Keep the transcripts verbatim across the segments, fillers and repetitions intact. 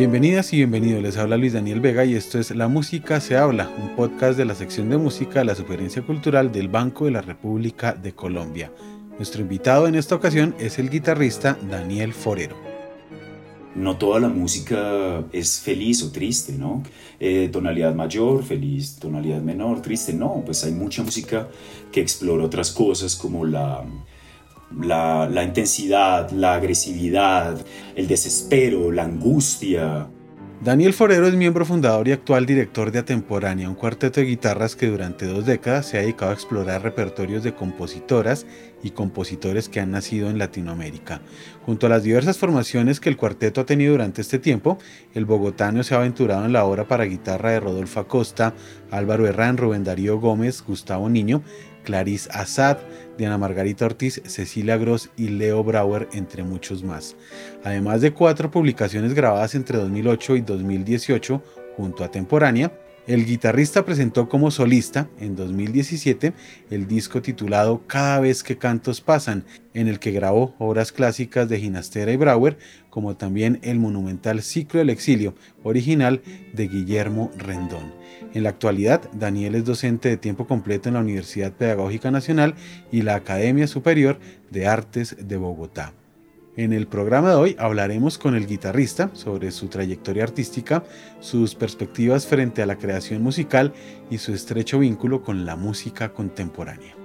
Bienvenidas y bienvenidos, les habla Luis Daniel Vega y esto es La Música se habla, un podcast de la sección de música de la Superintendencia Cultural del Banco de la República de Colombia. Nuestro invitado en esta ocasión es el guitarrista Daniel Forero. No toda la música es feliz o triste, ¿no? Eh, tonalidad mayor, feliz, tonalidad menor, triste, no. Pues hay mucha música que explora otras cosas como la... La, la intensidad, la agresividad, el desespero, la angustia. Daniel Forero es miembro fundador y actual director de Atemporánea, un cuarteto de guitarras que durante dos décadas se ha dedicado a explorar repertorios de compositoras y compositores que han nacido en Latinoamérica. Junto a las diversas formaciones que el cuarteto ha tenido durante este tiempo, el bogotano se ha aventurado en la obra para guitarra de Rodolfo Acosta, Álvaro Herrán, Rubén Darío Gómez, Gustavo Niño, Clarice Assad, Diana Margarita Ortiz, Cecilia Gross y Leo Brauer, entre muchos más. Además de cuatro publicaciones grabadas entre dos mil ocho y dos mil dieciocho junto a Atemporánea, el guitarrista presentó como solista en dos mil diecisiete el disco titulado Cada vez que cantos pasan, en el que grabó obras clásicas de Ginastera y Brauer, como también el monumental Ciclo del Exilio, original de Guillermo Rendón. En la actualidad, Daniel es docente de tiempo completo en la Universidad Pedagógica Nacional y la Academia Superior de Artes de Bogotá. En el programa de hoy hablaremos con el guitarrista sobre su trayectoria artística, sus perspectivas frente a la creación musical y su estrecho vínculo con la música contemporánea.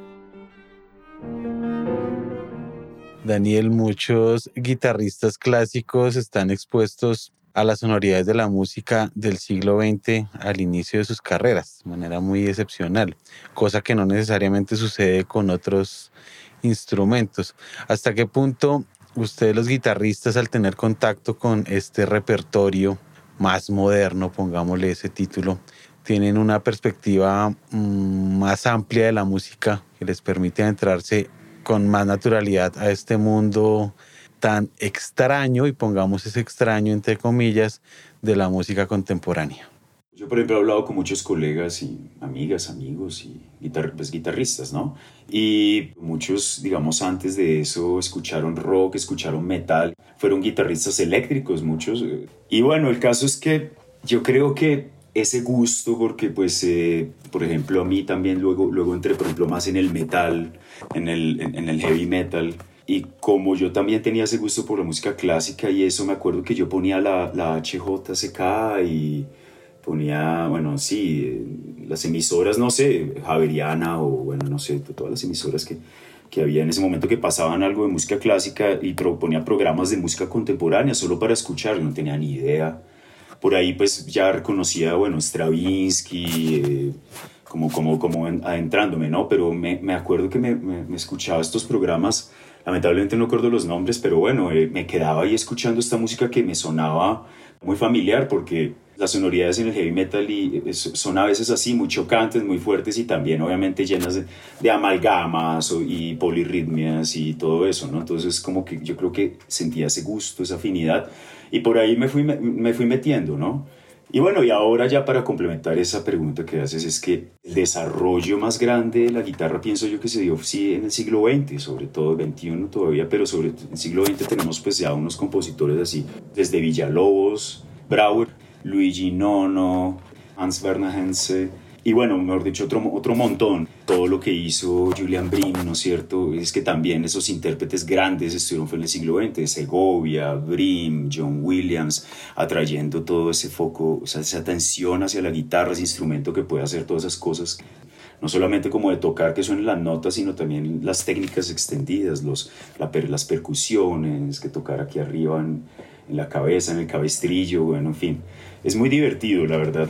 Daniel, muchos guitarristas clásicos están expuestos a las sonoridades de la música del siglo veinte al inicio de sus carreras, de manera muy excepcional, cosa que no necesariamente sucede con otros instrumentos. ¿Hasta qué punto ustedes, los guitarristas, al tener contacto con este repertorio más moderno, pongámosle ese título, tienen una perspectiva mmm, más amplia de la música que les permite adentrarse con más naturalidad a este mundo tan extraño, y pongamos ese extraño entre comillas, de la música contemporánea? Yo, por ejemplo, he hablado con muchos colegas y amigas, amigos y guitar- pues, guitarristas, ¿no? Y muchos, digamos, antes de eso escucharon rock, escucharon metal, fueron guitarristas eléctricos, muchos. Y bueno, el caso es que yo creo que ese gusto, porque pues, eh, por ejemplo, a mí también luego, luego entré, por ejemplo, más en el metal, en el, en, en el heavy metal. Y como yo también tenía ese gusto por la música clásica y eso, me acuerdo que yo ponía la, la H J C K y ponía, bueno, sí, las emisoras, no sé, Javeriana o, bueno, no sé, todas las emisoras que, que había en ese momento que pasaban algo de música clásica, y pro, ponía programas de música contemporánea solo para escuchar, no tenía ni idea. Por ahí pues ya reconocía, bueno, Stravinsky, eh, como, como, como adentrándome, ¿no? Pero me, me acuerdo que me, me, me escuchaba estos programas. Lamentablemente no recuerdo los nombres, pero bueno, eh, me quedaba ahí escuchando esta música que me sonaba muy familiar, porque las sonoridades en el heavy metal y, eh, son a veces así, muy chocantes, muy fuertes y también obviamente llenas de, de amalgamas o, y polirritmias y todo eso, ¿no? Entonces como que yo creo que sentía ese gusto, esa afinidad, y por ahí me fui, me, me fui metiendo, ¿no? Y bueno, y ahora ya para complementar esa pregunta que haces, es que el desarrollo más grande de la guitarra pienso yo que se dio sí en el siglo veinte, sobre todo veintiuno todavía, pero sobre el siglo veinte tenemos pues ya unos compositores así, desde Villalobos, Brauer, Luigi Nono, Hans Werner Henze, y bueno, mejor dicho, otro, otro montón. Todo lo que hizo Julian Bream, ¿no es cierto? Es que también esos intérpretes grandes estuvieron fue en el siglo veinte, Segovia, Bream, John Williams, atrayendo todo ese foco, o sea, esa atención hacia la guitarra, ese instrumento que puede hacer todas esas cosas. No solamente como de tocar que suenen las notas, sino también las técnicas extendidas, los, la, las percusiones, que tocar aquí arriba en, en la cabeza, en el cabestrillo, bueno, en fin. Es muy divertido, la verdad.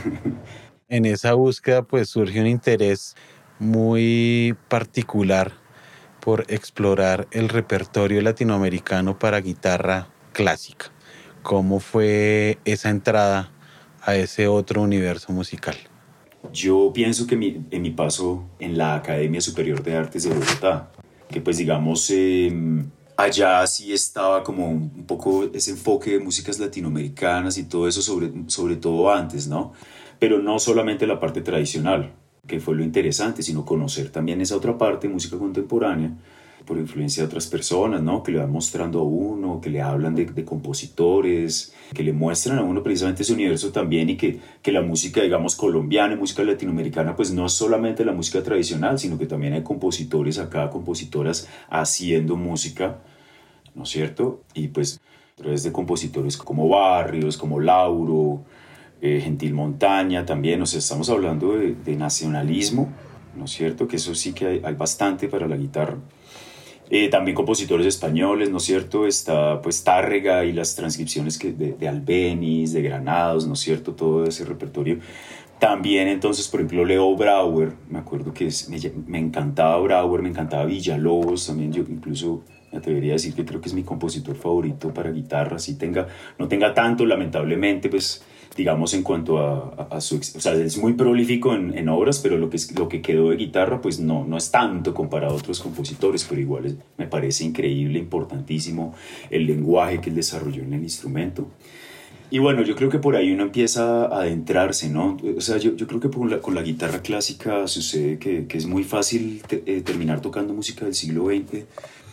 En esa búsqueda pues surge un interés muy particular por explorar el repertorio latinoamericano para guitarra clásica. ¿Cómo fue esa entrada a ese otro universo musical? Yo pienso que mi, en mi paso en la Academia Superior de Artes de Bogotá, que pues digamos eh, allá sí estaba como un poco ese enfoque de músicas latinoamericanas y todo eso, sobre, sobre todo antes, ¿no? Pero no solamente la parte tradicional, que fue lo interesante, sino conocer también esa otra parte, música contemporánea. por influencia de otras personas, ¿no? Que le van mostrando a uno, que le hablan de, de compositores, que le muestran a uno precisamente ese universo también, y que, que la música, digamos, colombiana y música latinoamericana, pues no es solamente la música tradicional, sino que también hay compositores acá, compositoras haciendo música, ¿no es cierto? Y pues a través de compositores como Barrios, como Lauro, eh, Gentil Montaña también, o sea, estamos hablando de, de nacionalismo, ¿no es cierto? Que eso sí que hay, hay bastante para la guitarra. Eh, también compositores españoles, ¿no es cierto? Está pues Tárrega y las transcripciones que de, de Albéniz, de Granados, ¿no es cierto? Todo ese repertorio. También entonces, por ejemplo, Leo Brauer, me acuerdo que es, me, me encantaba Brauer, me encantaba Villalobos, también yo incluso me atrevería a decir que creo que es mi compositor favorito para guitarra, así tenga, no tenga tanto, lamentablemente, pues digamos en cuanto a, a, a su... O sea, es muy prolífico en, en obras, pero lo que, es, lo que quedó de guitarra pues no, no es tanto comparado a otros compositores, pero igual es, me parece increíble, importantísimo el lenguaje que él desarrolló en el instrumento. Y bueno, yo creo que por ahí uno empieza a adentrarse, ¿no? O sea, yo, yo creo que con la, con la guitarra clásica sucede que, que es muy fácil te, eh, terminar tocando música del siglo veinte.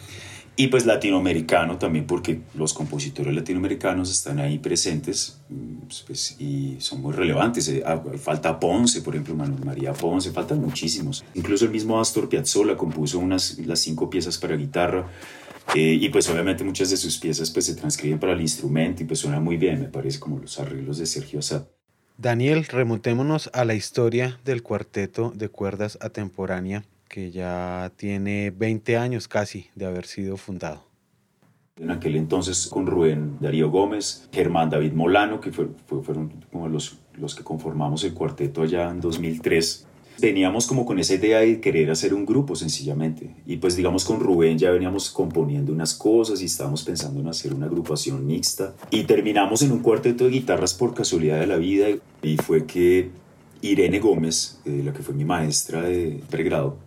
Y pues latinoamericano también, porque los compositores latinoamericanos están ahí presentes, pues, y son muy relevantes. Falta Ponce, por ejemplo, Manuel María Ponce, faltan muchísimos. Incluso el mismo Astor Piazzolla compuso unas, las cinco piezas para guitarra, eh, y pues obviamente muchas de sus piezas pues se transcriben para el instrumento y pues suena muy bien, me parece, como los arreglos de Sergio Assad. Daniel, remontémonos a la historia del cuarteto de cuerdas Atemporánea, que ya tiene veinte años casi de haber sido fundado. En aquel entonces con Rubén Darío Gómez, Germán David Molano, que fue, fue, fueron como los, los que conformamos el cuarteto allá en dos mil tres. Veníamos como con esa idea de querer hacer un grupo sencillamente, y pues digamos con Rubén ya veníamos componiendo unas cosas y estábamos pensando en hacer una agrupación mixta, y terminamos en un cuarteto de guitarras por casualidad de la vida, y fue que Irene Gómez, eh, la que fue mi maestra de pregrado,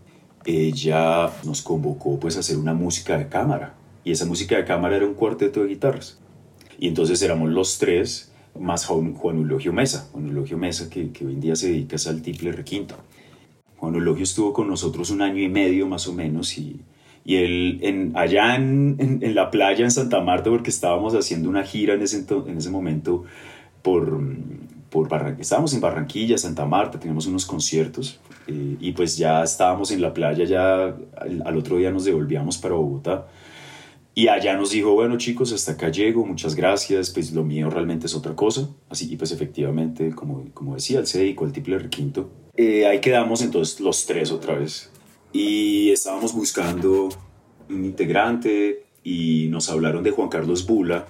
ella nos convocó pues a hacer una música de cámara, y esa música de cámara era un cuarteto de guitarras, y entonces éramos los tres más Juan, Juan Eulogio Mesa, Juan Eulogio Mesa que, que hoy en día se dedica al tiple requinto. Juan Eulogio estuvo con nosotros un año y medio más o menos, y, y él en, allá en, en, en la playa en Santa Marta, porque estábamos haciendo una gira en ese, en ese momento por... Por Barran- estábamos en Barranquilla, Santa Marta, teníamos unos conciertos, eh, y pues ya estábamos en la playa, ya al, al otro día nos devolvíamos para Bogotá, y allá nos dijo, bueno chicos, hasta acá llego, muchas gracias, pues lo mío realmente es otra cosa, así, y pues efectivamente, como, como decía, él se dedicó al tiple requinto. Eh, ahí quedamos entonces los tres otra vez, y estábamos buscando un integrante, y nos hablaron de Juan Carlos Bula,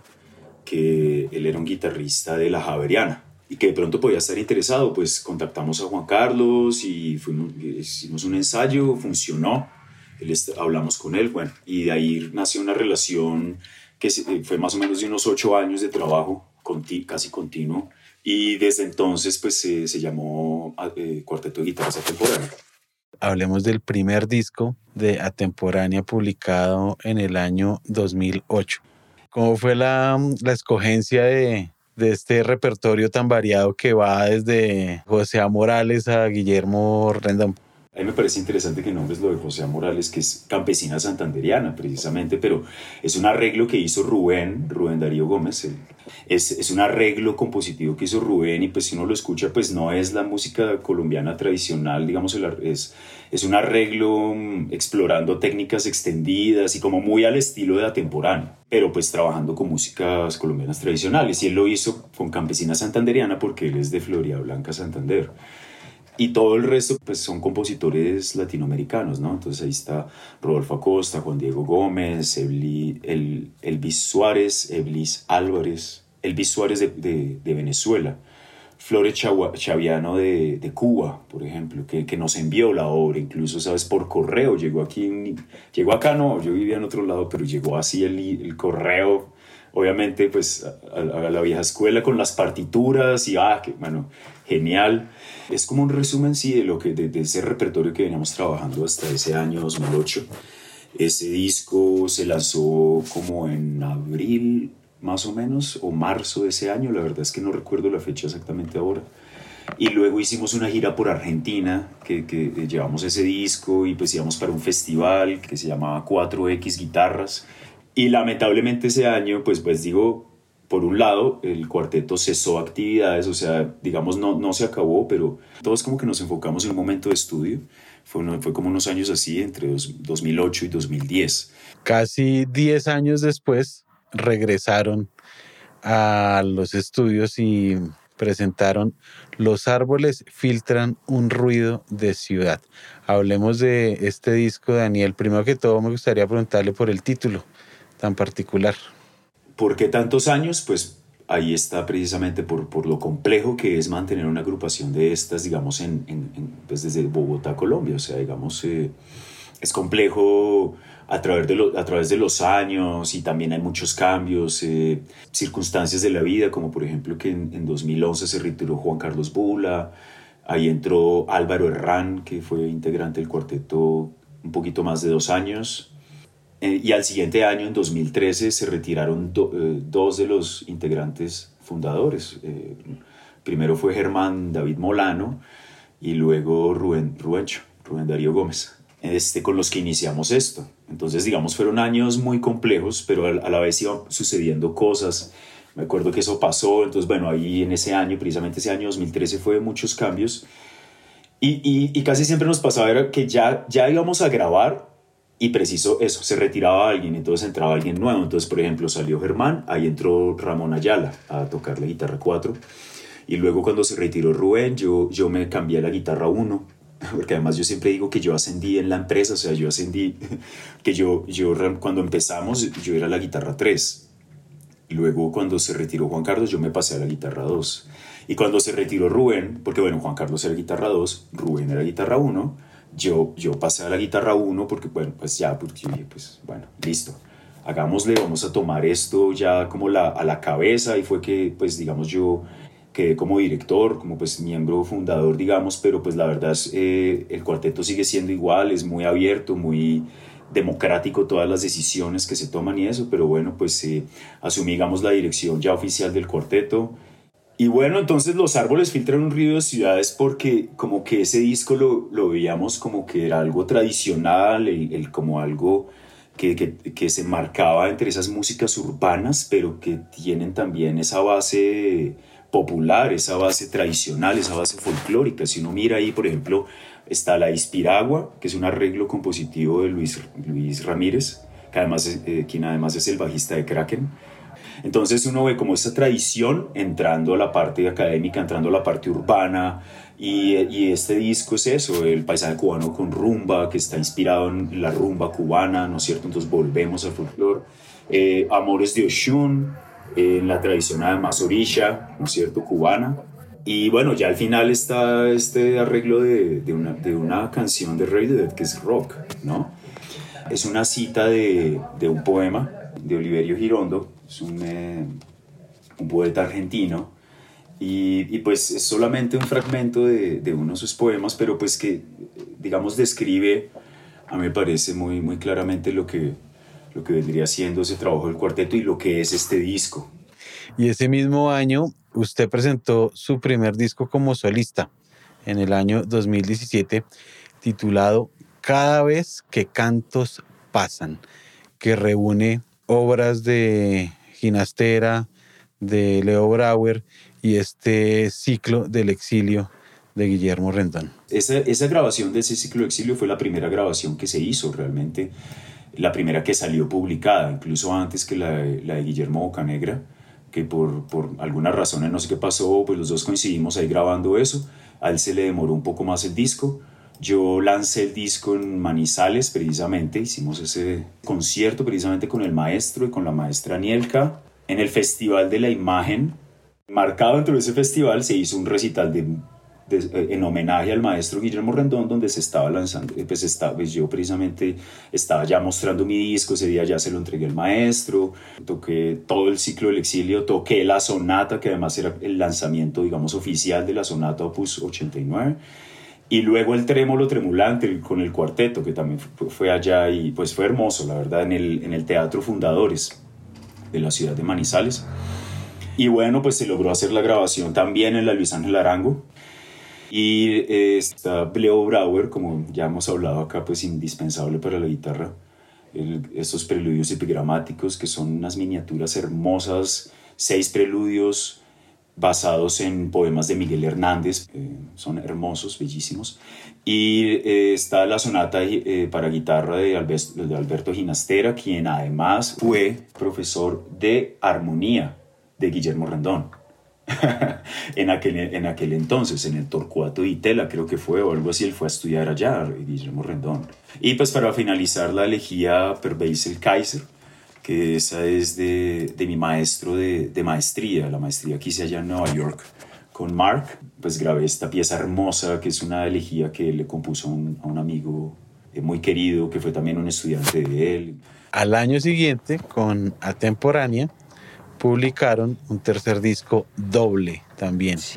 que él era un guitarrista de La Javeriana, y que de pronto podía estar interesado. Pues contactamos a Juan Carlos y fuimos, hicimos un ensayo, funcionó, él hablamos con él, bueno, y de ahí nació una relación que fue más o menos de unos ocho años de trabajo, conti, casi continuo, y desde entonces pues se, se llamó eh, Cuarteto de Guitarras Atemporánea. Hablemos del primer disco de Atemporánea publicado en el año dos mil ocho. ¿Cómo fue la, la escogencia de... de este repertorio tan variado que va desde José A. Morales a Guillermo Rendón? A mí me parece interesante que nombres lo de José A. Morales, que es campesina santanderiana precisamente, pero es un arreglo que hizo Rubén, Rubén Darío Gómez. Es, es un arreglo compositivo que hizo Rubén, y pues si uno lo escucha, pues no es la música colombiana tradicional, digamos, es, es un arreglo explorando técnicas extendidas y como muy al estilo de Atemporánea, pero pues trabajando con músicas colombianas tradicionales, y él lo hizo con campesina santanderiana porque él es de Floridablanca, Santander. Y todo el resto pues son compositores latinoamericanos, ¿no? Entonces ahí está Rodolfo Acosta, Juan Diego Gómez, Ebli, El, Elvis Suárez, Eblis Álvarez, Elvis Suárez de, de, de Venezuela, Flores Chaviano de, de Cuba, por ejemplo, que, que nos envió la obra, incluso, ¿sabes? Por correo, llegó aquí, llegó acá, no, yo vivía en otro lado, pero llegó así el, el correo, obviamente pues a, a la vieja escuela con las partituras, y ah, que, bueno, genial. Es como un resumen, sí, de, lo que, de, de ese repertorio que veníamos trabajando hasta ese año dos mil ocho. Ese disco se lanzó como en abril, más o menos, o marzo de ese año. La verdad es que no recuerdo la fecha exactamente ahora. Y luego hicimos una gira por Argentina, que, que llevamos ese disco y pues íbamos para un festival que se llamaba cuatro equis Guitarras. Y lamentablemente ese año, pues, pues digo, por un lado, el cuarteto cesó actividades, o sea, digamos, no, no se acabó, pero todos como que nos enfocamos en un momento de estudio. Fue, uno, fue como unos años así, entre dos, dos mil ocho y dos mil diez. Casi diez años después regresaron a los estudios y presentaron Los árboles filtran un ruido de ciudad. Hablemos de este disco, Daniel. Primero que todo me gustaría preguntarle por el título tan particular. ¿Por qué tantos años? Pues ahí está precisamente por, por lo complejo que es mantener una agrupación de estas, digamos, en, en, en, pues desde Bogotá, Colombia. O sea, digamos, eh, es complejo a través, de lo, a través de los años y también hay muchos cambios, eh, circunstancias de la vida, como por ejemplo que en, en dos mil once se retiró Juan Carlos Bula, ahí entró Álvaro Herrán, que fue integrante del cuarteto un poquito más de dos años, eh, y al siguiente año, en dos mil trece, se retiraron do, eh, dos de los integrantes fundadores. Eh, primero fue Germán David Molano y luego Rubén, Rubencho, Rubén Darío Gómez. Este, con los que iniciamos esto. Entonces, digamos, fueron años muy complejos, pero a la vez iban sucediendo cosas. Me acuerdo que eso pasó, entonces, bueno, ahí en ese año, precisamente ese año dos mil trece, fue de muchos cambios. Y, y, y casi siempre nos pasaba era que ya, ya íbamos a grabar y preciso eso, se retiraba alguien, entonces entraba alguien nuevo. Entonces, por ejemplo, salió Germán, ahí entró Ramón Ayala a tocar la guitarra cuatro. Y luego cuando se retiró Rubén, yo, yo me cambié a la guitarra uno. Porque además yo siempre digo que yo ascendí en la empresa, o sea, yo ascendí, que yo, yo cuando empezamos yo era la guitarra tres, y luego cuando se retiró Juan Carlos yo me pasé a la guitarra dos, y cuando se retiró Rubén, porque bueno, Juan Carlos era guitarra dos, Rubén era guitarra uno, yo, yo pasé a la guitarra uno porque bueno, pues ya, porque pues bueno, listo, hagámosle, vamos a tomar esto ya como la, a la cabeza, y fue que pues digamos yo quedé como director, como pues miembro fundador, digamos, pero pues la verdad es eh, el cuarteto sigue siendo igual, es muy abierto, muy democrático todas las decisiones que se toman y eso, pero bueno, pues eh, asumí, digamos, la dirección ya oficial del cuarteto. Y bueno, entonces Los árboles filtran un ruido de ciudades porque como que ese disco lo, lo veíamos como que era algo tradicional, el, el como algo que, que, que se marcaba entre esas músicas urbanas, pero que tienen también esa base popular, esa base tradicional, esa base folclórica. Si uno mira ahí, por ejemplo, está La Ispiragua, que es un arreglo compositivo de Luis, Luis Ramírez, que además es, eh, quien además es el bajista de Kraken. Entonces uno ve como esa tradición entrando a la parte académica, entrando a la parte urbana, y, y este disco es eso, el paisaje cubano con rumba, que está inspirado en la rumba cubana, ¿no es cierto? Entonces volvemos al folclore. Eh, Amores de Oshun, en la tradición además orisha, ¿no es cierto?, cubana. Y bueno, ya al final está este arreglo de, de, una, de una canción de Radiohead que es Rock, ¿no? Es una cita de, de un poema de Oliverio Girondo, es un, eh, un poeta argentino, y, y pues es solamente un fragmento de, de uno de sus poemas, pero pues que, digamos, describe, a mí me parece muy, muy claramente lo que lo que vendría siendo ese trabajo del cuarteto y lo que es este disco. Y ese mismo año usted presentó su primer disco como solista, en el año dos mil diecisiete, titulado Cada vez que cantos pasan, que reúne obras de Ginastera, de Leo Brauer y este ciclo del exilio de Guillermo Rendón. Esa, esa grabación de ese ciclo de exilio fue la primera grabación que se hizo realmente, la primera que salió publicada, incluso antes que la, la de Guillermo Bocanegra, que por, por algunas razones, no sé qué pasó, pues los dos coincidimos ahí grabando eso. A él se le demoró un poco más el disco. Yo lancé el disco en Manizales, precisamente, hicimos ese concierto precisamente con el maestro y con la maestra Anielka. En el Festival de la Imagen, marcado dentro de ese festival, se hizo un recital de De, en homenaje al maestro Guillermo Rendón, donde se estaba lanzando, pues, estaba, pues yo precisamente estaba ya mostrando mi disco, ese día ya se lo entregué al maestro, toqué todo el ciclo del exilio, toqué la sonata, que además era el lanzamiento, digamos, oficial de la sonata Opus ochenta y nueve, y luego el Trémolo Tremulante con el cuarteto, que también fue, fue allá, y pues fue hermoso, la verdad, en el, en el Teatro Fundadores de la ciudad de Manizales. Y bueno, pues se logró hacer la grabación también en la Luis Ángel Arango. Y eh, está Leo Brauer, como ya hemos hablado acá, pues indispensable para la guitarra. El, estos preludios epigramáticos que son unas miniaturas hermosas, seis preludios basados en poemas de Miguel Hernández, eh, son hermosos, bellísimos. Y eh, está la sonata eh, para guitarra de Alberto, de Alberto Ginastera, quien además fue profesor de armonía de Guillermo Rendón. en, aquel, en aquel entonces, en el Torcuato Di Tella, creo que fue, o algo así, él fue a estudiar allá, Guillermo Rendón. Y pues para finalizar, la elegía Per Basil Kaiser, que esa es de, de mi maestro de, de maestría, la maestría que hice allá en Nueva York con Mark. Pues grabé esta pieza hermosa, que es una elegía que le compuso a un, a un amigo muy querido, que fue también un estudiante de él. Al año siguiente, con Atemporánea, publicaron un tercer disco doble también, sí.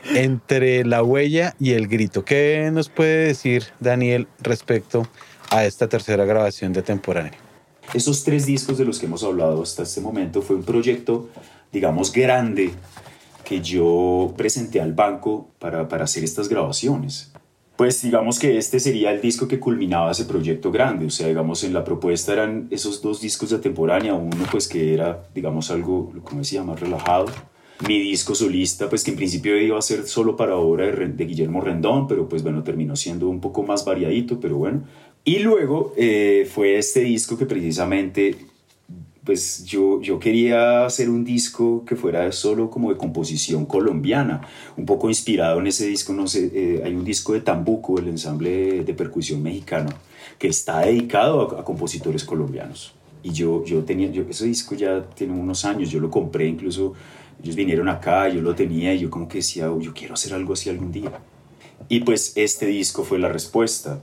Entre la huella y el grito. ¿Qué nos puede decir Daniel respecto a esta tercera grabación de Atemporánea? Esos tres discos de los que hemos hablado hasta este momento fue un proyecto, digamos, grande que yo presenté al banco para, para hacer estas grabaciones. Pues digamos que este sería el disco que culminaba ese proyecto grande, o sea, digamos, en la propuesta eran esos dos discos de Atemporánea, uno pues que era, digamos, algo, como decía, más relajado. Mi disco solista, pues que en principio iba a ser solo para obra de, de Guillermo Rendón, pero pues bueno, terminó siendo un poco más variadito, pero bueno. Y luego eh, fue este disco que precisamente, pues yo, yo quería hacer un disco que fuera solo como de composición colombiana, un poco inspirado en ese disco, no sé, eh, hay un disco de Tambuco, el ensamble de percusión mexicano, que está dedicado a, a compositores colombianos. Y yo, yo tenía, yo, ese disco ya tiene unos años, yo lo compré, incluso ellos vinieron acá, yo lo tenía y yo como que decía, oh, yo quiero hacer algo así algún día. Y pues este disco fue la respuesta.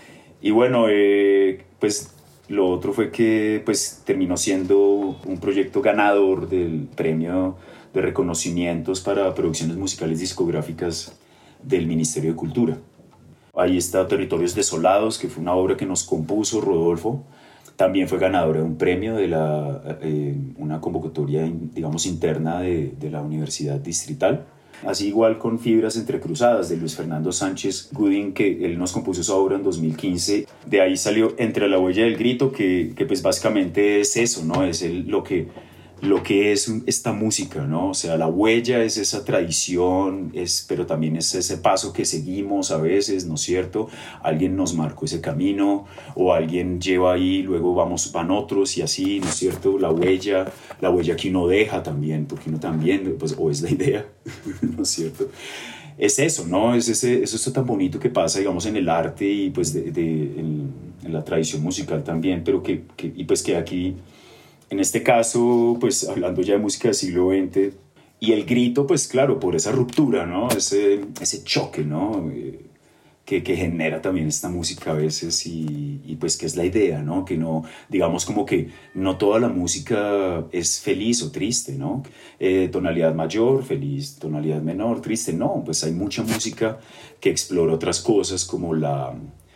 Y bueno, eh, pues lo otro fue que pues, terminó siendo un proyecto ganador del premio de reconocimientos para producciones musicales discográficas del Ministerio de Cultura. Ahí está Territorios Desolados, que fue una obra que nos compuso Rodolfo. También fue ganadora de un premio de la, eh, una convocatoria, digamos, interna de, de la Universidad Distrital. Así igual con Fibras Entrecruzadas de Luis Fernando Sánchez Gooding, que él nos compuso esa obra en dos mil quince. De ahí salió Entre la huella y el grito, que, que pues básicamente es eso, ¿no? Es el, lo que... lo que es esta música, ¿no? O sea, la huella es esa tradición, es, pero también es ese paso que seguimos a veces, ¿no es cierto? Alguien nos marcó ese camino, o alguien lleva ahí, luego vamos, van otros y así, ¿no es cierto? La huella, la huella que uno deja también, porque uno también, pues, o es la idea, ¿no es cierto? Es eso, ¿no? Es ese, es eso tan bonito que pasa, digamos, en el arte y pues de, de, en, en la tradición musical también, pero que, que y pues que aquí... En este caso, pues hablando ya de música del siglo veinte, y el grito, pues claro, por esa ruptura, ¿no? Ese, ese choque, ¿no? Eh, que, que genera también esta música a veces y, y pues que es la idea, ¿no? Que no, digamos como que no toda la música es feliz o triste, ¿no? Eh, tonalidad mayor, feliz, tonalidad menor, triste, no, pues hay mucha música que explora otras cosas como la...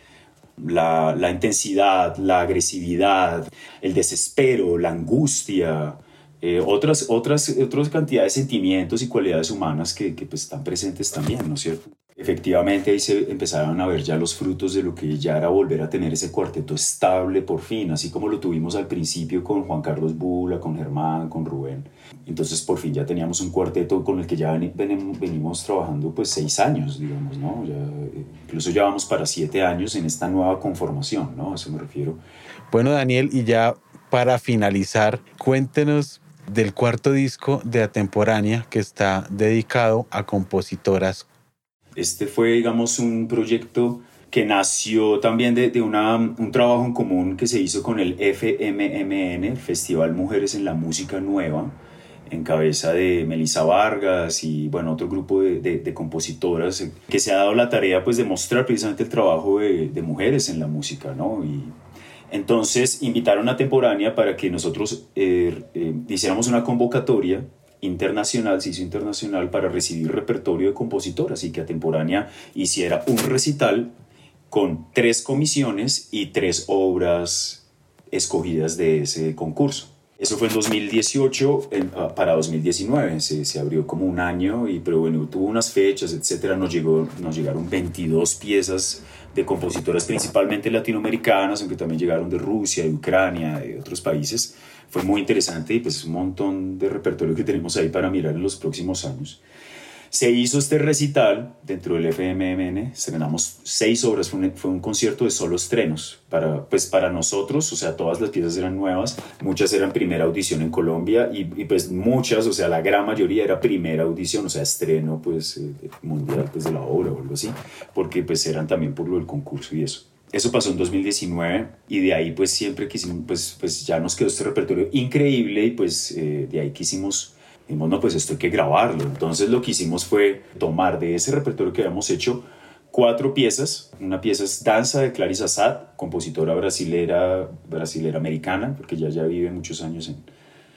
La, la intensidad, la agresividad, el desespero, la angustia, eh, otras, otras, otras cantidades de sentimientos y cualidades humanas que, que pues, están presentes también, ¿no es cierto? Efectivamente ahí se empezaron a ver ya los frutos de lo que ya era volver a tener ese cuarteto estable por fin, así como lo tuvimos al principio con Juan Carlos Bula, con Germán, con Rubén. Entonces por fin ya teníamos un cuarteto con el que ya ven, ven, venimos trabajando pues seis años, digamos, ¿no? Ya, incluso ya vamos para siete años en esta nueva conformación, ¿no? A eso me refiero. Bueno, Daniel, y ya para finalizar, cuéntenos del cuarto disco de Atemporánea que está dedicado a compositoras. Este fue, digamos, un proyecto que nació también de, de una, un trabajo en común que se hizo con el F M M N, Festival Mujeres en la Música Nueva, en cabeza de Melissa Vargas y, bueno, otro grupo de, de, de compositoras que se ha dado la tarea, pues, de mostrar precisamente el trabajo de, de mujeres en la música, ¿no? Y entonces invitaron a Atemporánea para que nosotros eh, eh, hiciéramos una convocatoria internacional, se hizo internacional para recibir repertorio de compositoras y que Atemporánea hiciera un recital con tres comisiones y tres obras escogidas de ese concurso. Eso fue en dos mil dieciocho, en, uh, para dos mil diecinueve se, se abrió como un año, y, pero bueno, tuvo unas fechas, etcétera. Nos, llegó, nos llegaron veintidós piezas de compositoras principalmente latinoamericanas, aunque también llegaron de Rusia, de Ucrania, de otros países. Fue muy interesante y pues un montón de repertorio que tenemos ahí para mirar en los próximos años. Se hizo este recital dentro del F M M N, estrenamos seis obras, fue un, fue un concierto de solo estrenos para, pues para nosotros, o sea, todas las piezas eran nuevas, muchas eran primera audición en Colombia y, y pues muchas, o sea, la gran mayoría era primera audición, o sea, estreno pues eh, mundial pues, de la obra o algo así, porque pues eran también por lo del concurso y eso. Eso pasó en dos mil diecinueve y de ahí pues siempre quisimos, pues, pues ya nos quedó este repertorio increíble y pues eh, de ahí quisimos... Dijimos, no, pues esto hay que grabarlo. Entonces lo que hicimos fue tomar de ese repertorio que habíamos hecho cuatro piezas. Una pieza es Danza de Clarissa Assad, compositora brasilera, brasilera americana, porque ya, ya vive muchos años en,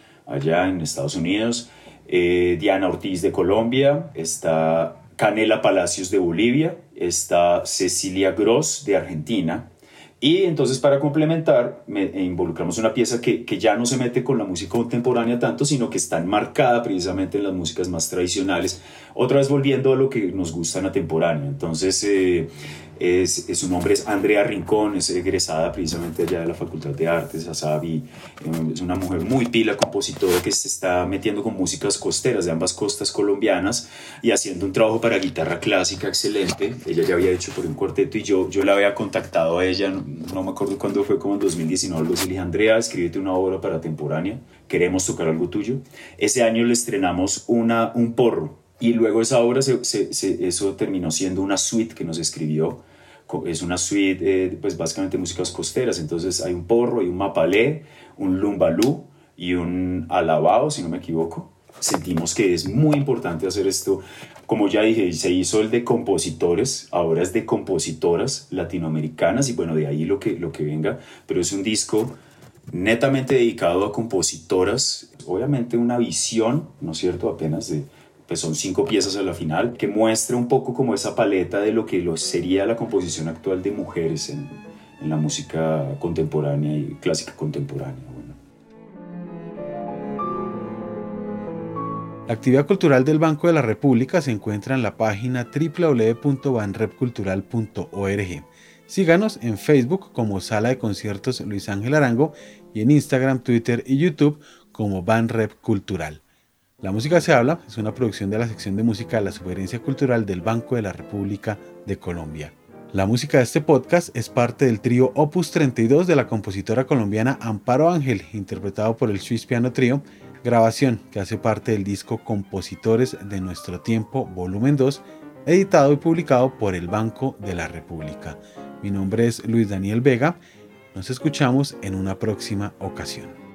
allá en Estados Unidos. Eh, Diana Ortiz de Colombia, está Canela Palacios de Bolivia, está Cecilia Gross de Argentina. Y entonces para complementar me, involucramos una pieza que, que ya no se mete con la música contemporánea tanto, sino que está enmarcada precisamente en las músicas más tradicionales, otra vez volviendo a lo que nos gusta en la contemporánea. Entonces eh, es, es, su nombre es Andrea Rincón, es egresada precisamente allá de la Facultad de Artes, Asabi, eh, es una mujer muy pila, compositora que se está metiendo con músicas costeras de ambas costas colombianas y haciendo un trabajo para guitarra clásica excelente. Ella ya había hecho por un cuarteto y yo, yo la había contactado a ella, no, no me acuerdo cuándo fue, como en dos mil diecinueve, algo así. Le dije, Andrea, escríbete una obra para temporánea, queremos tocar algo tuyo. Ese año le estrenamos una, un porro y luego esa obra, se, se, se, eso terminó siendo una suite que nos escribió. Es una suite, eh, pues básicamente músicas costeras, entonces hay un porro, hay un mapalé, un lumbalú y un alabao, si no me equivoco. Sentimos que es muy importante hacer esto. Como ya dije, se hizo el de compositores, ahora es de compositoras latinoamericanas y bueno, de ahí lo que, lo que venga, pero es un disco netamente dedicado a compositoras, obviamente una visión, ¿no es cierto?, apenas de, pues son cinco piezas a la final, que muestra un poco como esa paleta de lo que lo sería la composición actual de mujeres en, en la música contemporánea y clásica contemporánea. La actividad cultural del Banco de la República se encuentra en la página doble u doble u doble u punto banrepcultural punto org. Síganos en Facebook como Sala de Conciertos Luis Ángel Arango y en Instagram, Twitter y YouTube como Banrep Cultural. La Música se habla es una producción de la sección de música de la Sugerencia Cultural del Banco de la República de Colombia. La música de este podcast es parte del trío Opus treinta y dos de la compositora colombiana Amparo Ángel, interpretado por el Swiss Piano Trio, grabación que hace parte del disco Compositores de Nuestro Tiempo, volumen dos, editado y publicado por el Banco de la República. Mi nombre es Luis Daniel Vega. Nos escuchamos en una próxima ocasión.